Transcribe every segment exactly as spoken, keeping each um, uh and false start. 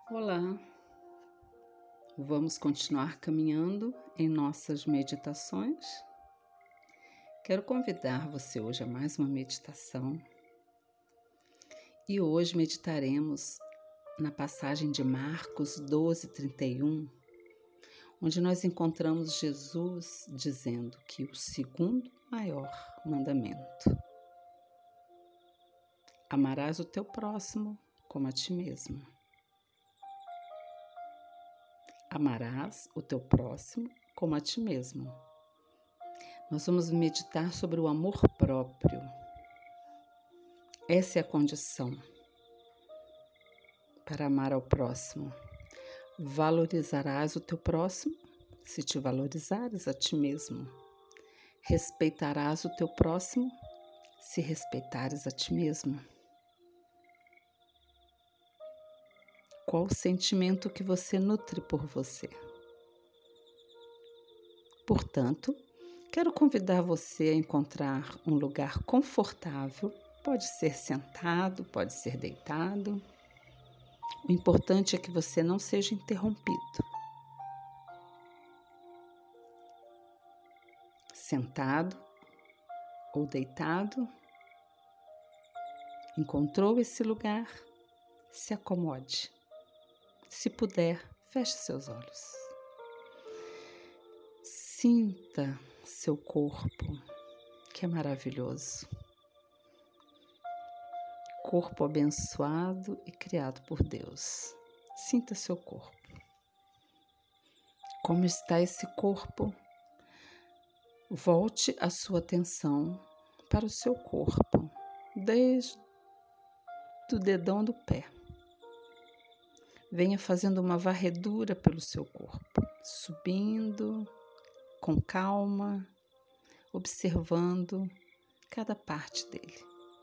Olá, vamos continuar caminhando em nossas meditações? Quero convidar você hoje a mais uma meditação e hoje meditaremos na passagem de Marcos doze, trinta e um, onde nós encontramos Jesus dizendo que o segundo maior mandamento: amarás o teu próximo como a ti mesmo. Amarás o teu próximo como a ti mesmo. Nós vamos meditar sobre o amor próprio. Essa é a condição para amar ao próximo. Valorizarás o teu próximo se te valorizares a ti mesmo. Respeitarás o teu próximo se respeitares a ti mesmo. Qual o sentimento que você nutre por você? Portanto, quero convidar você a encontrar um lugar confortável. Pode ser sentado, pode ser deitado. O importante é que você não seja interrompido. Sentado ou deitado, encontrou esse lugar? Se acomode. Se puder, feche seus olhos. Sinta seu corpo, que é maravilhoso. Corpo abençoado e criado por Deus. Sinta seu corpo. Como está esse corpo? Volte a sua atenção para o seu corpo, desde o dedão do pé. Venha fazendo uma varredura pelo seu corpo, subindo com calma, observando cada parte dele.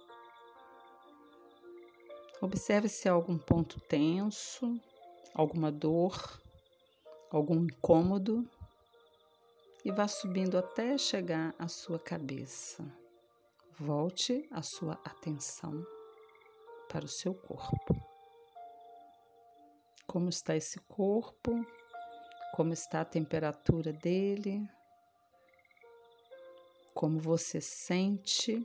Observe se há algum ponto tenso, alguma dor, algum incômodo e vá subindo até chegar à sua cabeça. Volte a sua atenção para o seu corpo. Como está esse corpo? Como está a temperatura dele? Como você sente?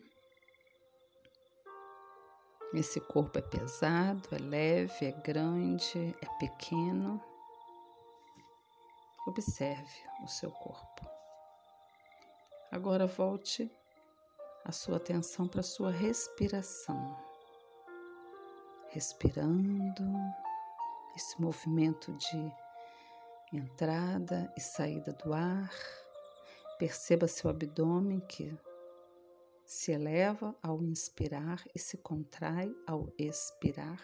Esse corpo é pesado, é leve, é grande, é pequeno? Observe o seu corpo. Agora volte a sua atenção para a sua respiração. Respirando, esse movimento de entrada e saída do ar. Perceba seu abdômen que se eleva ao inspirar e se contrai ao expirar.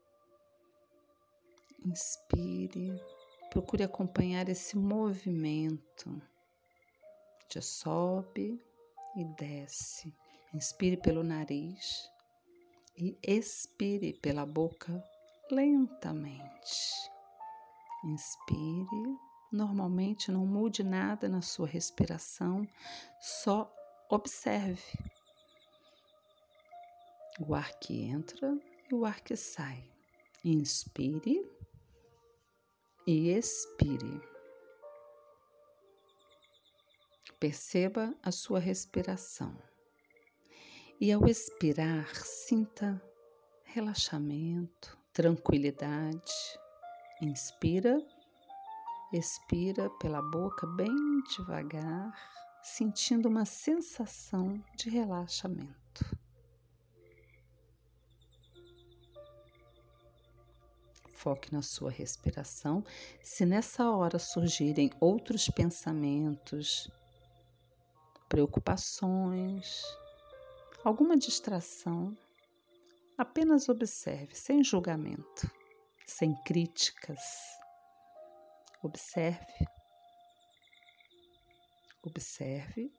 Inspire, procure acompanhar esse movimento de sobe e desce. Inspire pelo nariz e expire pela boca lentamente. Inspire. Normalmente não mude nada na sua respiração, só observe o ar que entra e o ar que sai. Inspire e expire. Perceba a sua respiração. E ao expirar, sinta relaxamento, tranquilidade. Inspira, expira pela boca bem devagar, sentindo uma sensação de relaxamento. Foque na sua respiração. Se nessa hora surgirem outros pensamentos, preocupações, alguma distração, apenas observe, sem julgamento, sem críticas. Observe, observe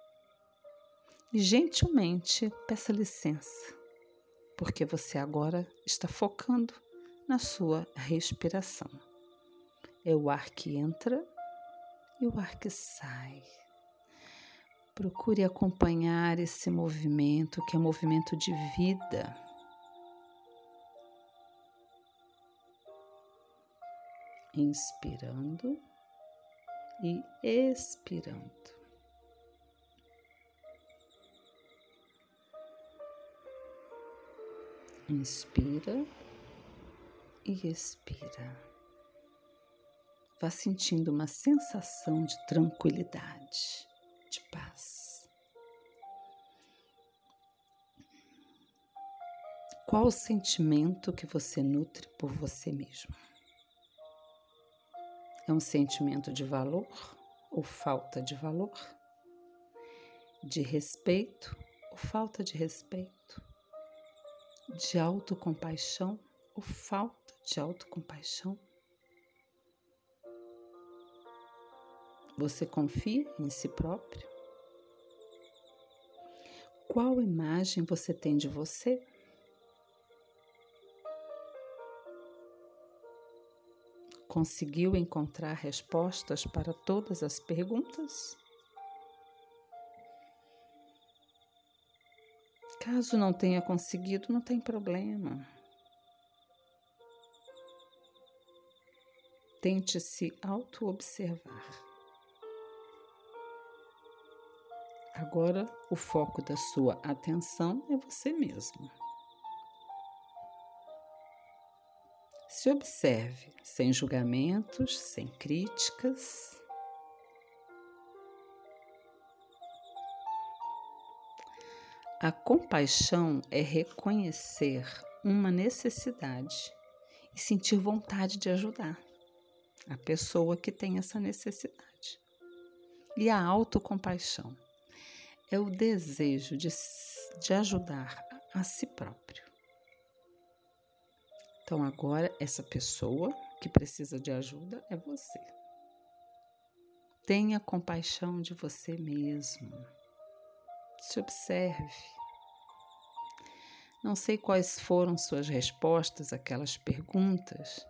e gentilmente peça licença, porque você agora está focando na sua respiração. É o ar que entra e o ar que sai. Procure acompanhar esse movimento, que é movimento de vida. inspirando e expirando. Inspira e expira. Vá sentindo uma sensação de tranquilidade, de paz. Qual o sentimento que você nutre por você mesmo? É um sentimento de valor ou falta de valor? De respeito ou falta de respeito? De autocompaixão ou falta de autocompaixão? Você confia em si próprio? Qual imagem você tem de você? Conseguiu encontrar respostas para todas as perguntas? Caso não tenha conseguido, não tem problema. Tente se auto-observar. Agora, o foco da sua atenção é você mesmo. Se observe, sem julgamentos, sem críticas. A compaixão é reconhecer uma necessidade e sentir vontade de ajudar a pessoa que tem essa necessidade. E a autocompaixão é o desejo de, de ajudar a si próprio. Então agora essa pessoa que precisa de ajuda é você. Tenha compaixão de você mesmo. Se observe. Não sei quais foram suas respostas àquelas perguntas,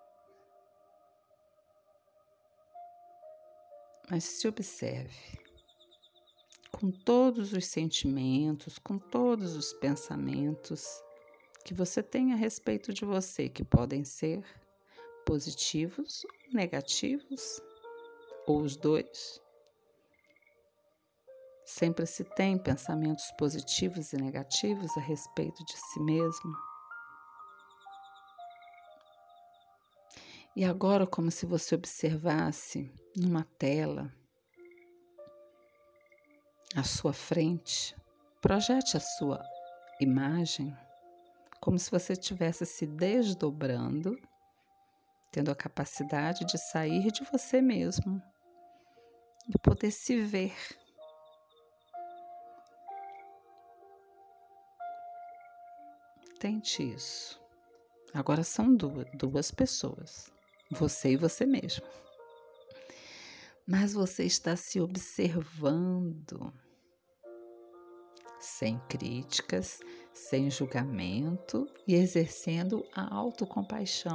mas se observe. Com todos os sentimentos, com todos os pensamentos que você tem a respeito de você, que podem ser positivos, negativos, ou os dois. Sempre se tem pensamentos positivos e negativos a respeito de si mesmo. E agora, como se você observasse numa tela à sua frente, projete a sua imagem como se você estivesse se desdobrando, tendo a capacidade de sair de você mesmo e poder se ver. Tente isso. Agora são duas, duas pessoas, você e você mesmo. Mas você está se observando, sem críticas, sem julgamento e exercendo a autocompaixão.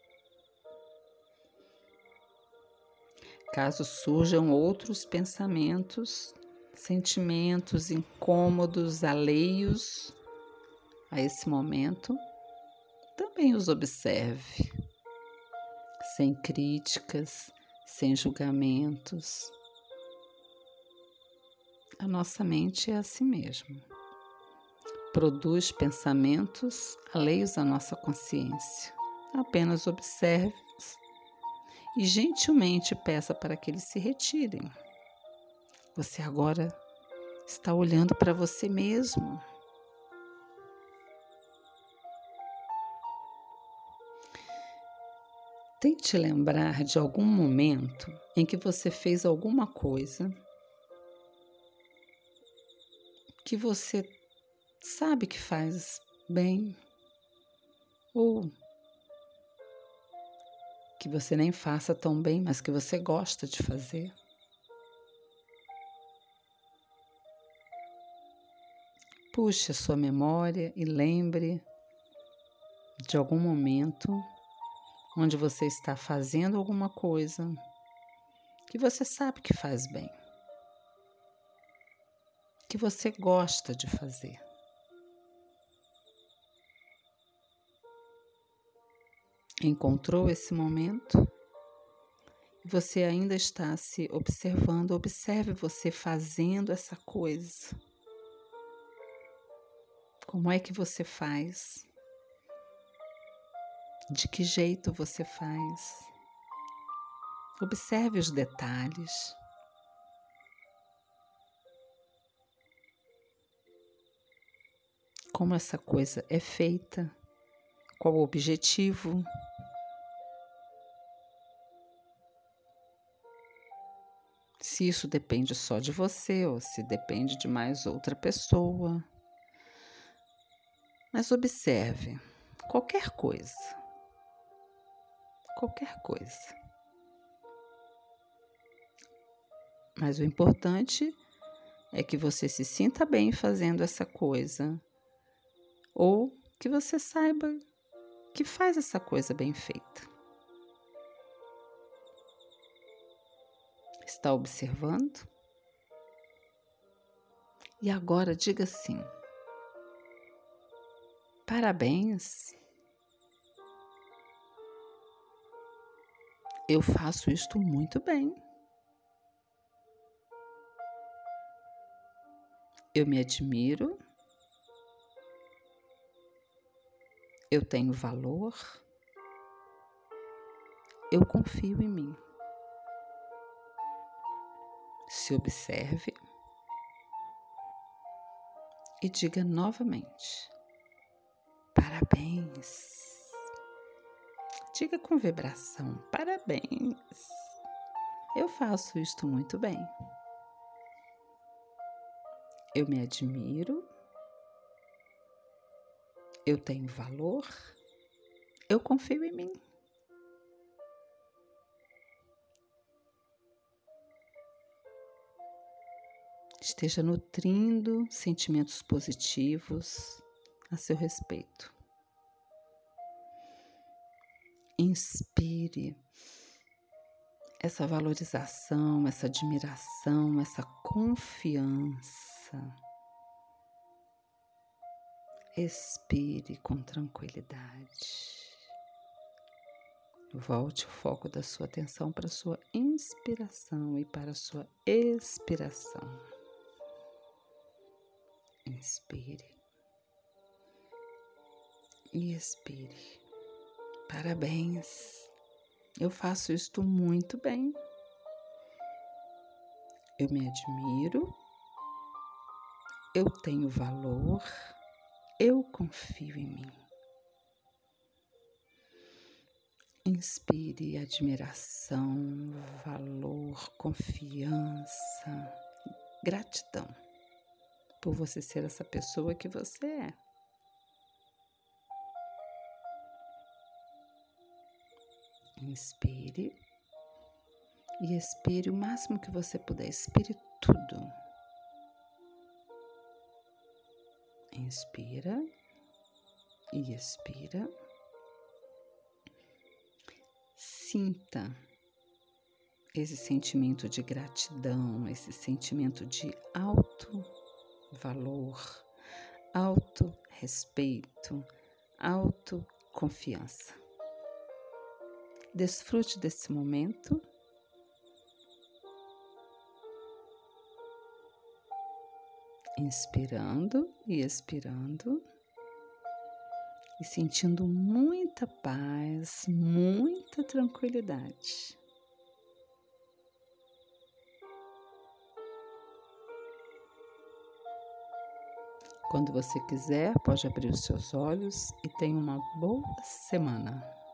Caso surjam outros pensamentos, sentimentos incômodos, alheios a esse momento, também os observe, sem críticas, sem julgamentos. A nossa mente é assim mesmo. Produz pensamentos alheios à nossa consciência. Apenas observe e gentilmente peça para que eles se retirem. Você agora está olhando para você mesmo. Tente lembrar de algum momento em que você fez alguma coisa que você sabe que faz bem ou que você nem faça tão bem, mas que você gosta de fazer. Puxe a sua memória e lembre de algum momento onde você está fazendo alguma coisa que você sabe que faz bem, que você gosta de fazer. Encontrou esse momento? Você ainda está se observando, observe você fazendo essa coisa. Como é que você faz? De que jeito você faz? Observe os detalhes. Como essa coisa é feita? Qual o objetivo? Se isso depende só de você ou se depende de mais outra pessoa. Mas observe qualquer coisa. Qualquer coisa. Mas o importante é que você se sinta bem fazendo essa coisa. Ou que você saiba que faz essa coisa bem feita. Está observando? E agora diga assim: parabéns, eu faço isto muito bem. Eu me admiro, eu tenho valor, eu confio em mim. Se observe e diga novamente: parabéns. Diga com vibração: parabéns. Eu faço isto muito bem. Eu me admiro, eu tenho valor, eu confio em mim. Esteja nutrindo sentimentos positivos a seu respeito. Inspire essa valorização, essa admiração, essa confiança. Expire com tranquilidade. Volte o foco da sua atenção para a sua inspiração e para a sua expiração. Inspire e expire. Parabéns! Eu faço isto muito bem. Eu me admiro, eu tenho valor, eu confio em mim. Inspire admiração, valor, confiança, gratidão por você ser essa pessoa que você é. Inspire e expire o máximo que você puder. Expire tudo. Inspira e expira. Sinta esse sentimento de gratidão, esse sentimento de alto valor, alto respeito, autoconfiança. Desfrute desse momento. Inspirando e expirando. E sentindo muita paz, muita tranquilidade. Quando você quiser, pode abrir os seus olhos e tenha uma boa semana.